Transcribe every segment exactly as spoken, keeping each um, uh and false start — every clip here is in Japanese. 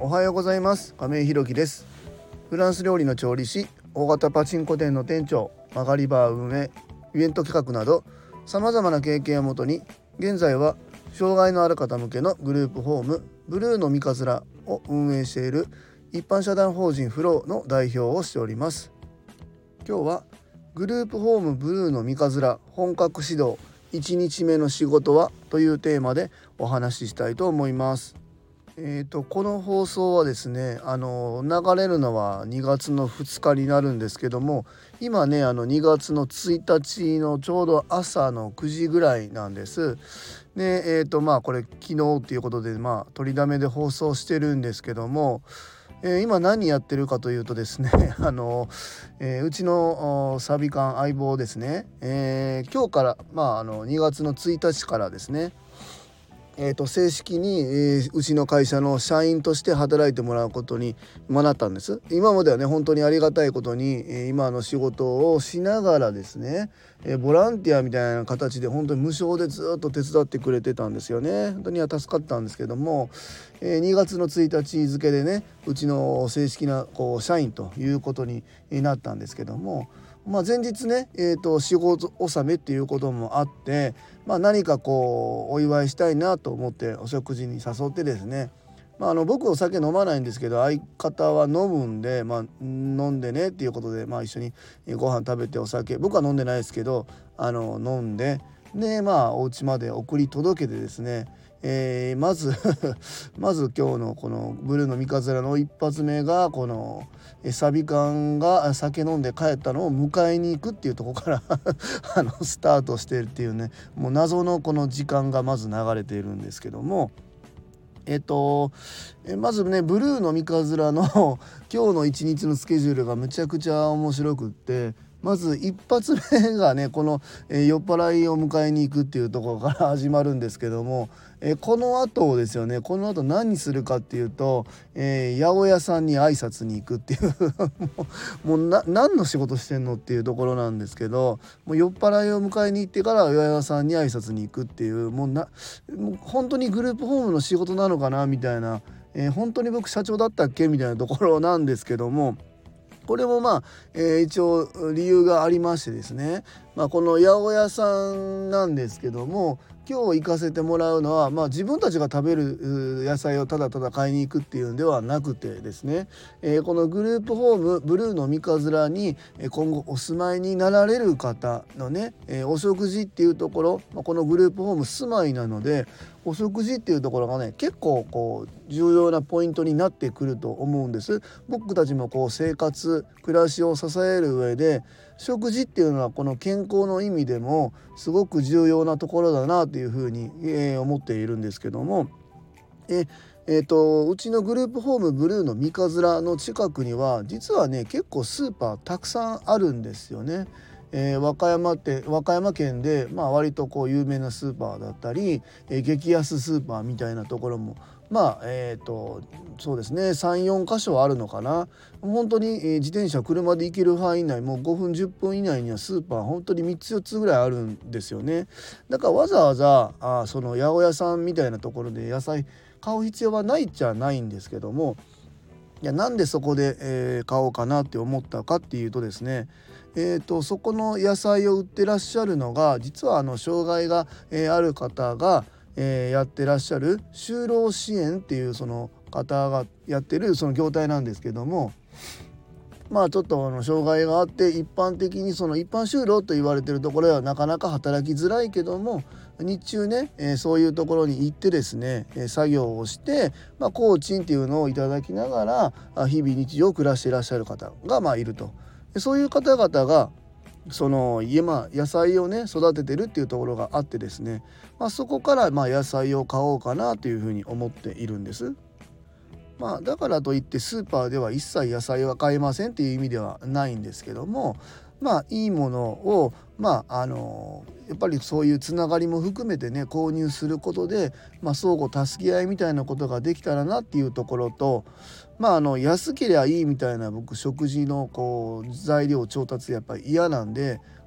おはようございます。亀井ひろきです。フランス料理の調理師、大型パチンコ店の店長、曲がりバー運営、イベント企画などさまざまな経験をもとに、現在は障害のある方向けのグループホームブルーのみかずらを運営している一般社団法人フローの代表をしております。今日はグループホームブルーのみかずら本格指導いちにちめの仕事はというテーマでお話ししたいと思います。えーと、この放送はですね、あの流れるのはにがつのふつかになるんですけども、今ねあのにがつのついたちのちょうど朝のくじぐらいなんです。で、えーとまあこれ昨日っていうことでまあ取りだめで放送してるんですけども、えー、今何やってるかというとですねあの、えー、うちのサビ館相棒ですね、えー、今日からまああのにがつのついたちからですね、えー、と正式に、えー、うちの会社の社員として働いてもらうことに今なったんです。今まではね本当にありがたいことに、えー、今の仕事をしながらですね、えー、ボランティアみたいな形で本当に無償でずっと手伝ってくれてたんですよね。本当には助かったんですけども、えー、にがつのついたち付でねうちの正式なこう社員ということになったんですけども、まあ、前日ね、えー、と仕事納めっていうこともあって、まあ、何かこうお祝いしたいなと思ってお食事に誘ってですね、まあ、あの僕お酒飲まないんですけど相方は飲むんで、まあ、飲んでねっていうことで、まあ、一緒にご飯食べてお酒僕は飲んでないですけどあの飲んででまあお家まで送り届けてですね、えー、まずまず今日のこのブルーのみかずらの一発目がこのサビ館が酒飲んで帰ったのを迎えに行くっていうところからあのスタートしてるっていうね、もう謎のこの時間がまず流れているんですけども、えっとえまずねブルーのみかずらの今日の一日のスケジュールがむちゃくちゃ面白くって、まず一発目がねこの、えー、酔っ払いを迎えに行くっていうところから始まるんですけども、えー、この後ですよね、この後何するかっていうと、えー、八百屋さんに挨拶に行くっていうもう、もうな何の仕事してんのっていうところなんですけど、もう酔っ払いを迎えに行ってから八百屋さんに挨拶に行くっていう、もうなもう本当にグループホームの仕事なのかなみたいな、えー、本当に僕社長だったっけみたいなところなんですけども、これもまあ、えー、一応理由がありましてですね、まあ、この八百屋さんなんですけども、今日行かせてもらうのは、まあ、自分たちが食べる野菜をただただ買いに行くっていうんではなくてですね、えー、このグループホームブルーのみかずらに今後お住まいになられる方のね、えー、お食事っていうところ、まあ、このグループホーム住まいなのでお食事っていうところがね結構こう重要なポイントになってくると思うんです。僕たちもこう生活暮らしを支える上で食事っていうのはこの健康の意味でもすごく重要なところだなというふうに、えー、思っているんですけども、ええー、とうちのグループホームブルーのみかずらの近くには実はね結構スーパーたくさんあるんですよね。えー、和歌山って和歌山県で、まあ、割とこう有名なスーパーだったり、えー、激安スーパーみたいなところもまあえー、とそうですね さん,よん 箇所あるのかな。本当に、えー、自転車車で行ける範囲内もうごふんじゅっぷん以内にはスーパー本当にみっつよっつぐらいあるんですよね。だからわざわざあその八百屋さんみたいなところで野菜買う必要はないっちゃないんですけども、いやなんでそこで、えー、買おうかなって思ったかっていうとですね、えーとそこの野菜を売ってらっしゃるのが実はあの障害が、えー、ある方が、えー、やってらっしゃる就労支援っていうその方がやってるその業態なんですけども、まあちょっとあの障害があって一般的にその一般就労と言われてるところではなかなか働きづらいけども日中ね、えー、そういうところに行ってですね、えー、作業をして、まあ、工賃っていうのをいただきながら日々日常を暮らしていらっしゃる方がまあいると。そういう方々がその家、まあ、野菜をね育ててるっていうところがあってですね、まあ、そこからまあ野菜を買おうかなというふうに思っているんです。まあ、だからといってスーパーでは一切野菜は買えませんっていう意味ではないんですけども、まあいいものをまああのやっぱりそういうつながりも含めてね購入することで、まあ、相互助け合いみたいなことができたらなっていうところと、まああの安ければいいみたいな僕食事のこう材料調達やっぱり嫌なんで、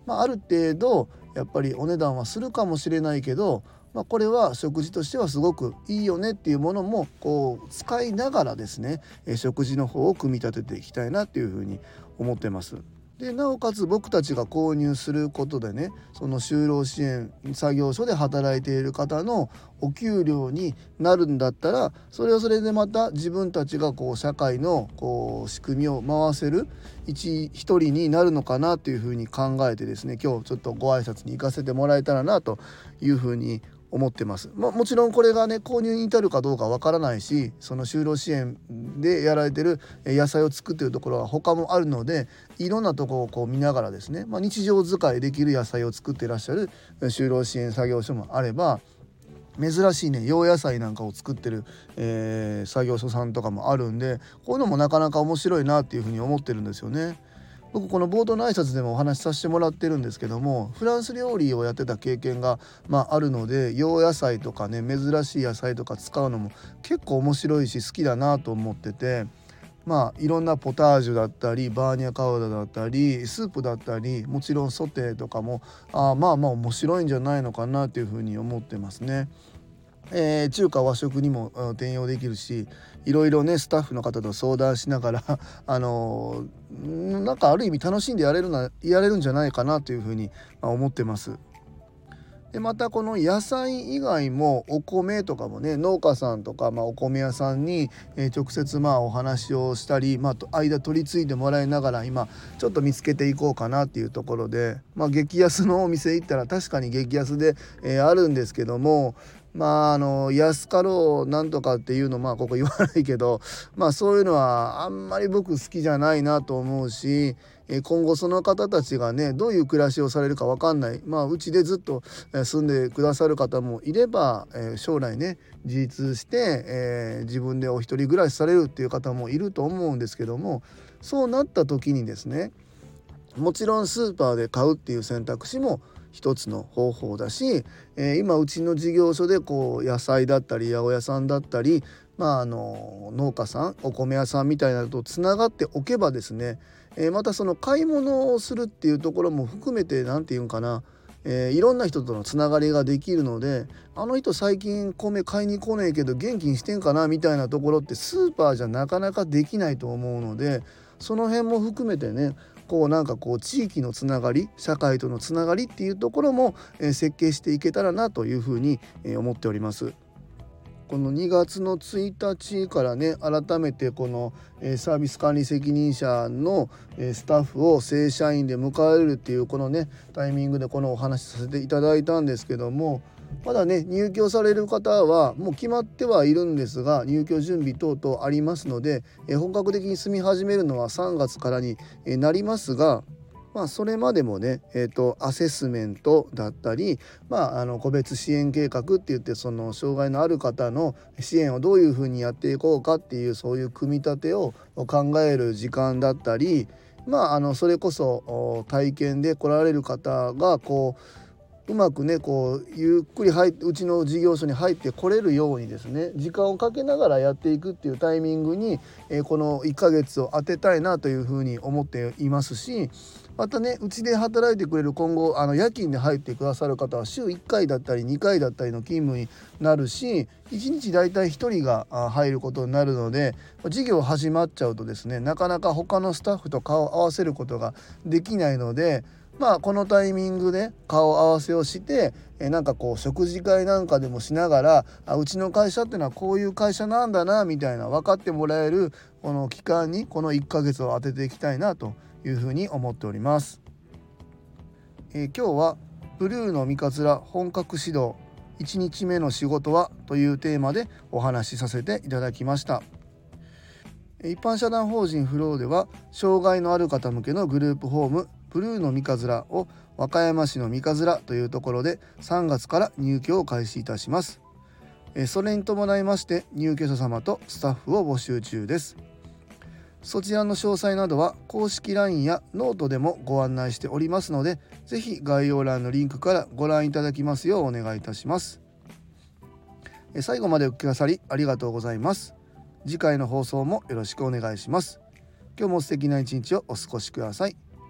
まあ、ある程度やっぱりお値段はするかもしれないけど、まあ、これは食事としてはすごくいいよねっていうものもこう使いながらですね、え食事の方を組み立てていきたいなっていうふうに思ってます。でなおかつ僕たちが購入することでね、その就労支援作業所で働いている方のお給料になるんだったら、それはそれでまた自分たちがこう社会のこう仕組みを回せる一一人になるのかなというふうに考えてですね、今日ちょっとご挨拶に行かせてもらえたらなというふうに思ってます。まあ、もちろんこれがね購入に至るかどうかわからないし、その就労支援でやられてる野菜を作っているところは他もあるので、いろんなところをこう見ながらですね、まあ、日常使いできる野菜を作っていらっしゃる就労支援作業所もあれば、珍しいね洋野菜なんかを作ってる、えー作業所さんとかもあるんで、こういうのもなかなか面白いなっていうふうに思ってるんですよね。僕この冒頭の挨拶でもお話しさせてもらってるんですけども、フランス料理をやってた経験が、まあ、あるので、洋野菜とかね珍しい野菜とか使うのも結構面白いし好きだなと思ってて、まあいろんなポタージュだったりバーニャカウダだったりスープだったり、もちろんソテーとかもあまあまあ面白いんじゃないのかなというふうに思ってますね。えー中華和食にもうん転用できるし、いろいろねスタッフの方と相談しながらあのーなんかある意味楽しんでやれるなやれるんじゃないかなというふうに、まあ、思ってます。でまたこの野菜以外もお米とかもね、農家さんとか、まあ、お米屋さんに、えー直接まあお話をしたり、まあ、と間取り継いでもらいながら今ちょっと見つけていこうかなっていうところで、まあ、激安のお店行ったら確かに激安で、えーあるんですけども、まああの安かろうなんとかっていうのまあここ言わないけど、まあそういうのはあんまり僕好きじゃないなと思うし、えー今後その方たちがねどういう暮らしをされるか分かんない、まあうちでずっとえー住んでくださる方もいれば、えー将来ね自立して、えー自分でお一人暮らしされるっていう方もいると思うんですけども、そうなった時にですね、もちろんスーパーで買うっていう選択肢も一つの方法だし、えー今うちの事業所でこう野菜だったり八百屋さんだったり、まあ、あの農家さんお米屋さんみたいなのとつながっておけばですね、えーまたその買い物をするっていうところも含めて何て言うんかな、えーいろんな人とのつながりができるので、あの人最近米買いに来ねえけど元気にしてんかなみたいなところってスーパーじゃなかなかできないと思うので、その辺も含めてねこうなんかこう地域のつながり社会とのつながりっていうところも、えー設計していけたらなというふうに、えー思っております。このにがつのついたちからね改めてこの、えーサービス管理責任者の、えースタッフを正社員で迎えるっていうこのねタイミングでこのお話しさせていただいたんですけども、まだね入居される方はもう決まってはいるんですが、入居準備等々ありますので、えー本格的に住み始めるのはさんがつからにえーなりますが、まあ、それまでもね、えーと、アセスメントだったり、まあ、あの個別支援計画って言って、その障害のある方の支援をどういうふうにやっていこうかっていう、そういう組み立てを考える時間だったり、まあ、あのそれこそお体験で来られる方がこううまくねこうゆっくり入ってうちの事業所に入ってこれるようにですね、時間をかけながらやっていくっていうタイミングに、えーこのいっかげつを当てたいなというふうに思っていますし、またねうちで働いてくれる今後あの夜勤で入ってくださる方は週いっかいだったりにかいだったりの勤務になるし、いちにちだいたいひとりがあ入ることになるので、事業始まっちゃうとですねなかなか他のスタッフと顔を合わせることができないので、まあこのタイミングで顔合わせをして、えなんかこう食事会なんかでもしながら、あうちの会社ってのはこういう会社なんだなみたいな分かってもらえるこの期間にこのいっかげつを当てていきたいなというふうに思っております。えー今日はブルーのみかつら本格指導いちにちめの仕事はというテーマでお話しさせていただきました。一般社団法人フローでは障害のある方向けのグループホームブルーのみかずらを和歌山市のみかずらというところでさんがつから入居を開始いたします。えーそれに伴いまして入居者様とスタッフを募集中です。そちらの詳細などは公式 ライン やノートでもご案内しておりますので、ぜひ概要欄のリンクからご覧いただきますようお願いいたします。えー最後までお聞きくださりありがとうございます。次回の放送もよろしくお願いします。今日も素敵な一日をお過ごしください。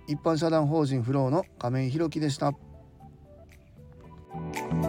一般社団法人フローの亀井宏樹でした。